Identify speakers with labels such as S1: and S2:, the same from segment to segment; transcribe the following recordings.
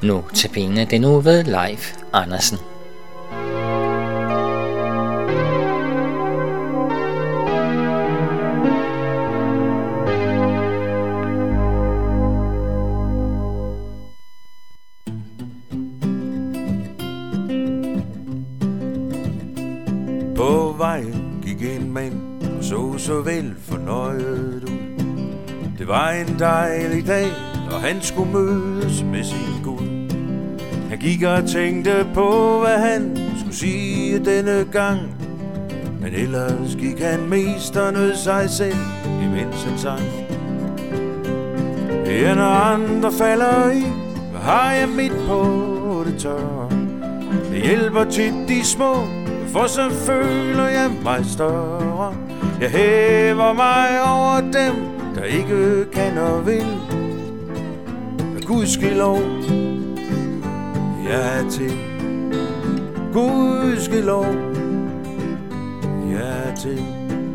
S1: Nu til penge den nu ved Leif Andersen.
S2: På vejen gik en mand og så vel fornøjet ud. Det var en dejlig dag, og han skulle mødes med sin Gud. Han gik og tænkte på, hvad han skulle sige denne gang. Men ellers gik han mest og nød sig selv, imens han sang. Ja, når andre falder i, har jeg midt på det tørre. Det hjælper tit de små, for så føler jeg mig større. Jeg hæver mig over dem, der ikke kan og vil. Gudskelov, jeg er til. Gudskelov, jeg er til.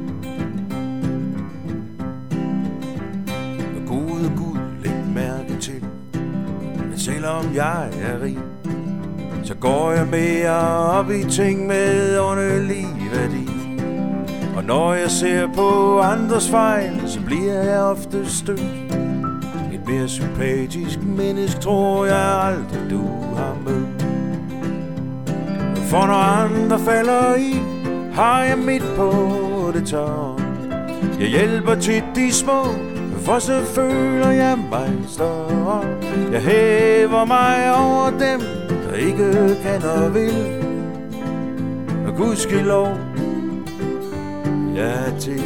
S2: Og Gud, læg mærke til, at selvom jeg er rig, så går jeg mere op i ting med åndelig værdi. Og når jeg ser på andres fejl, så bliver jeg ofte stødt. Et mere sympatisk menneske tror jeg aldrig du har mødt. For når andre falder i, har jeg midt på det tørre. Jeg hjælper tit de små, for så føler jeg mig større. Jeg hæver mig over dem, der ikke kan og vil. Og gudskelov, jeg er til.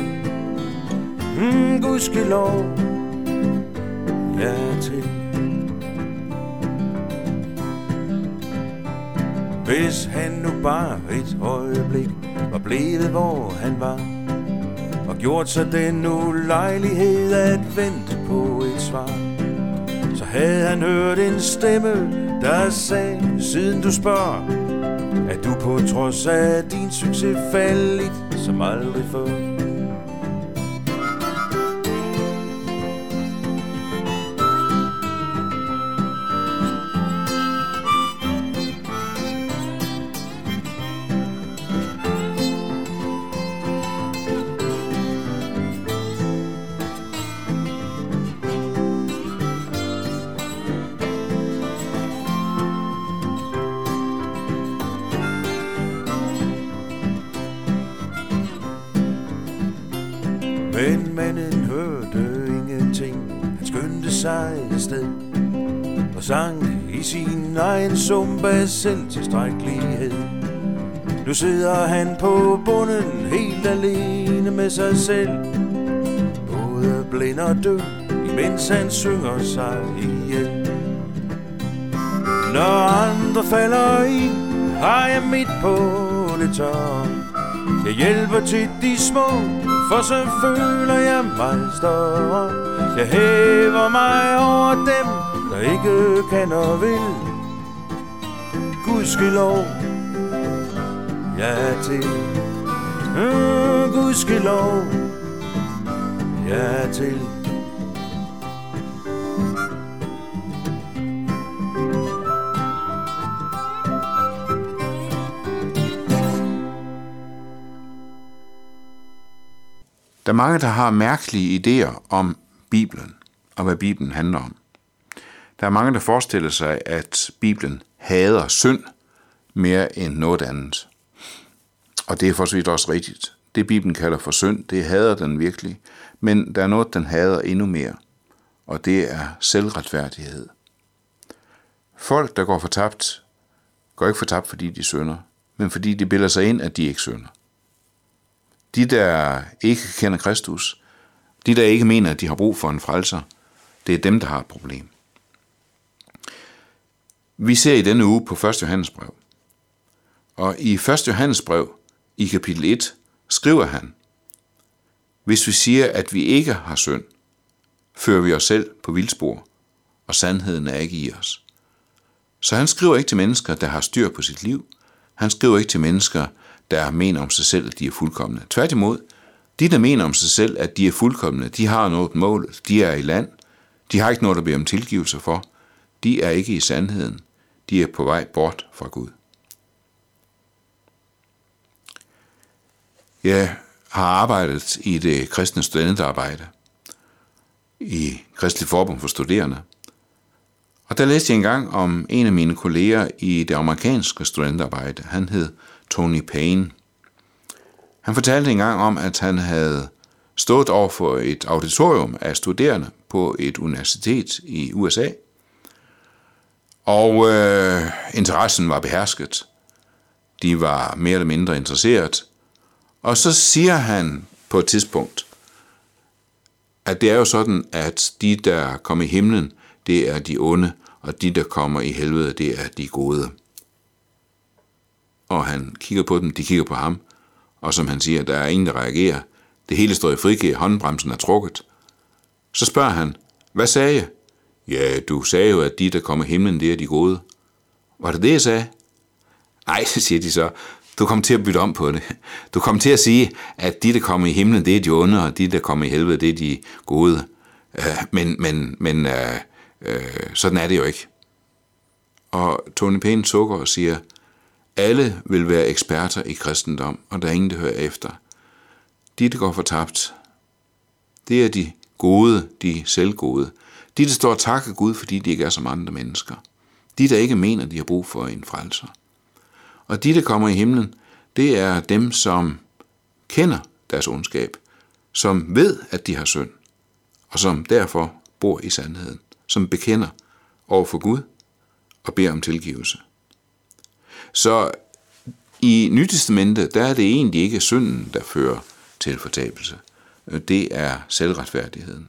S2: Gudskelov, jeg er til. Hvis han nu bare et øjeblik var blevet hvor han var, og gjort sig den ulejlighed at vente på et svar, så havde han hørt en stemme, der sagde, siden du spørger, at du på trods af din succes faldt som aldrig før. Men manden hørte ingenting. Han skyndte sig afsted og sank i sin egen sump af selvtilstrækkelighed. Nu sidder han på bunden helt alene med sig selv, både blind og død, imens han synger sig ihjel. Når andre falder i, har jeg midt på det tørre. Jeg hjælper tit de små, for så føler jeg mig større. Jeg hæver mig over dem, der ikke kan og vil. Gudskelov, jeg er til. Gudskelov, jeg er til.
S3: Der er mange, der har mærkelige idéer om Bibelen og hvad Bibelen handler om. Der er mange, der forestiller sig, at Bibelen hader synd mere end noget andet. Og det er for så vidt også rigtigt. Det Bibelen kalder for synd, det hader den virkelig. Men der er noget, den hader endnu mere. Og det er selvretfærdighed. Folk, der går fortabt, går ikke fortabt, fordi de synder, men fordi de bilder sig ind, at de ikke synder. De, der ikke kender Kristus, de, der ikke mener, at de har brug for en frelser, det er dem, der har et problem. Vi ser i denne uge på 1. Johannesbrev. Og i 1. Johannesbrev, i kapitel 1, skriver han, hvis vi siger, at vi ikke har synd, fører vi os selv på vildspor, og sandheden er ikke i os. Så han skriver ikke til mennesker, der har styr på sit liv. Han skriver ikke til mennesker, der mener om sig selv, at de er fuldkomne. Tværtimod, de, der mener om sig selv, at de er fuldkomne, de har nået målet, de er i land, de har ikke noget at bede om tilgivelse for, de er ikke i sandheden. De er på vej bort fra Gud. Jeg har arbejdet i det kristne studenterarbejde i Kristelig Forbund for Studerende. Og der læste jeg engang om en af mine kolleger i det amerikanske studenterarbejde. Han hed Tony Payne. Han fortalte engang om, at han havde stået over for et auditorium af studerende på et universitet i USA. Og interessen var behersket. De var mere eller mindre interesseret. Og så siger han på et tidspunkt, at det er jo sådan, at de, der kommer i himlen, det er de onde, og de, der kommer i helvede, det er de gode. Og han kigger på dem, de kigger på ham, og som han siger, der er ingen, der reagerer. Det hele står i frikæ, håndbremsen er trukket. Så spørger han, hvad sagde jeg? Ja, du sagde jo, at de, der kommer i himlen, det er de gode. Var det det, jeg sagde? Nej, siger de så. Du kom til at bytte om på det. Du kom til at sige, at de, der kommer i himlen, det er de onde, og de, der kommer i helvede, det er de gode. Men sådan er det jo ikke. Og Tony Payne sukker og siger, alle vil være eksperter i kristendom, og der er ingen, der hører efter. De, der går fortabt, det er de gode, de selvgode. De, der står og takker Gud, fordi de ikke er som andre mennesker. De, der ikke mener, de har brug for en frelser. Og de, der kommer i himlen, det er dem, som kender deres ondskab, som ved, at de har synd, og som derfor bor i sandheden, som bekender over for Gud og beder om tilgivelse. Så i Nye Testamentet, der er det egentlig ikke synden, der fører til fortabelse. Det er selvretfærdigheden.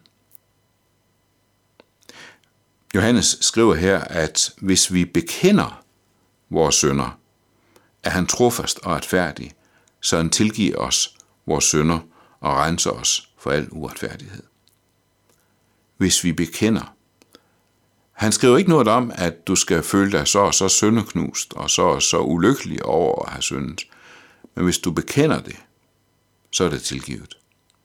S3: Johannes skriver her, at hvis vi bekender vores synder, er han trofast og retfærdig, så han tilgiver os vores synder og renser os for al uretfærdighed. Hvis vi bekender. Han skriver ikke noget om, at du skal føle dig så syndeknust og så ulykkelig over at have syndet. Men hvis du bekender det, så er det tilgivet.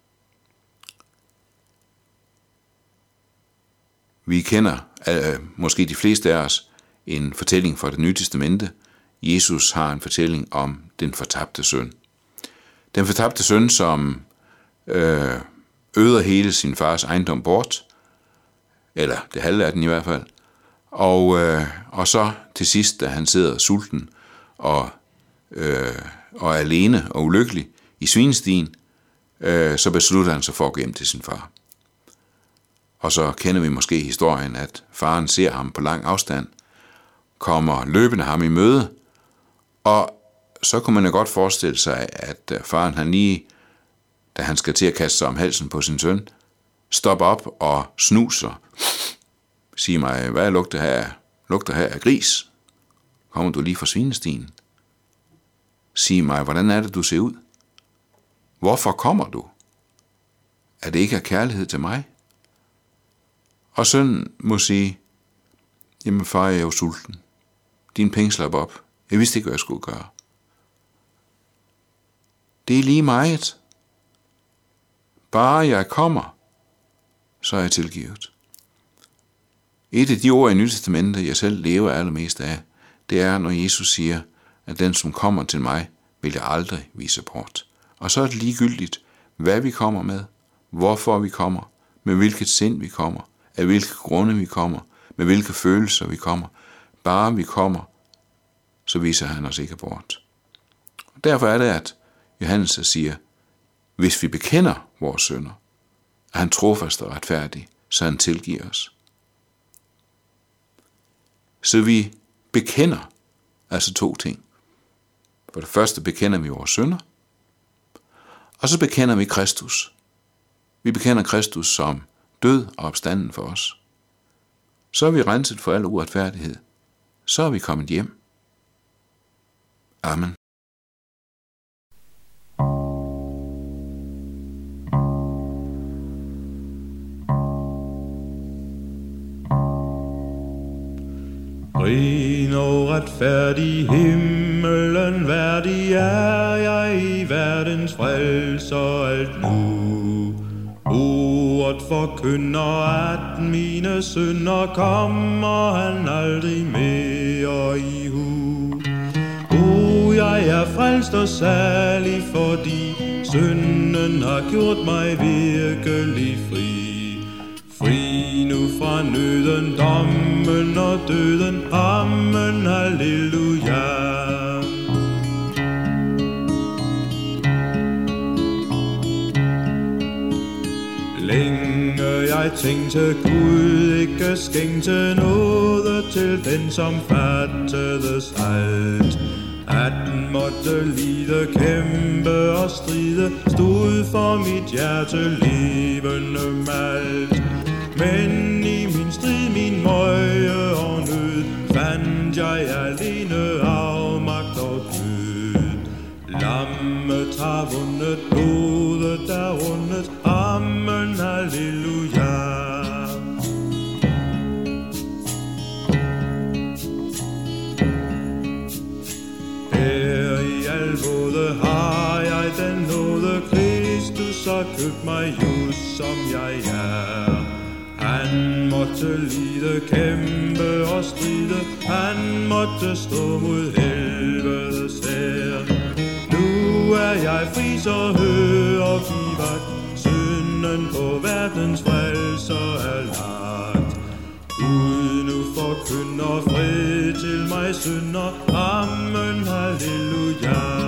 S3: Vi kender, måske de fleste af os, en fortælling fra Det Nye Testamente. Jesus har en fortælling om den fortabte søn. Den fortabte søn, som øder hele sin fars ejendom bort, eller det halve af den i hvert fald, og så til sidst, da han sidder sulten og alene og ulykkelig i svinestien, så beslutter han sig for at gå hjem til sin far. Og så kender vi måske historien, at faren ser ham på lang afstand, kommer løbende ham i møde, og så kunne man jo godt forestille sig, at faren han lige, da han skal til at kaste sig om halsen på sin søn, stopper op og snuser. Sig mig, hvad lugter her af gris? Kommer du lige fra svinestien? Sig mig, hvordan er det, du ser ud? Hvorfor kommer du? Er det ikke af kærlighed til mig? Og sønnen må sige, jamen far, jeg er jo sulten. Din penge slap op. Jeg vidste ikke, hvad jeg skulle gøre. Det er lige meget. Bare jeg kommer, så er jeg tilgivet. Et af de ord i Nye Testamentet, jeg selv lever allermest af, det er, når Jesus siger, at den, som kommer til mig, vil jeg aldrig vise bort. Og så er det ligegyldigt, hvad vi kommer med, hvorfor vi kommer, med hvilket sind vi kommer, af hvilke grunde vi kommer, med hvilke følelser vi kommer. Bare vi kommer, så viser han os ikke bort. Og derfor er det, at Johannes siger, hvis vi bekender vores synder, er han trofast og retfærdig, så han tilgiver os. Så vi bekender altså to ting. For det første bekender vi vores synder, og så bekender vi Kristus. Vi bekender Kristus som død og opstanden for os. Så er vi renset for al uretfærdighed. Så er vi kommet hjem. Amen.
S2: Ren og retfærdig, himmelen værdig er jeg i verdens frelser alt nu.
S4: Ordet forkynder, at mine synder kommer han aldrig mere i hu. Jeg er frelst og salig, fordi synden har gjort mig virkelig fri. Fri nu fra nøden, dommen og døden, amen, halleluja. Længe jeg tænkte, Gud ikke skænkte noget til den, som fattedes alt. At den måtte lide, kæmpe og stride, stod for mit hjerte levende malt. Men i min strid, min møje og nød, fandt jeg alene afmagt og død. Lammet har vundet, blodet er rundet, amen, halleluja. Her i al både har jeg den nåde, Kristus har købt mig just som jeg er. Han måtte lide, kæmpe og stride, han måtte stå mod helvedes hær. Nu er jeg fri, så hør og giv vagt, synden på verdens frelser er lagt. Gud nu forkynder fred til mig synder, amen, halleluja.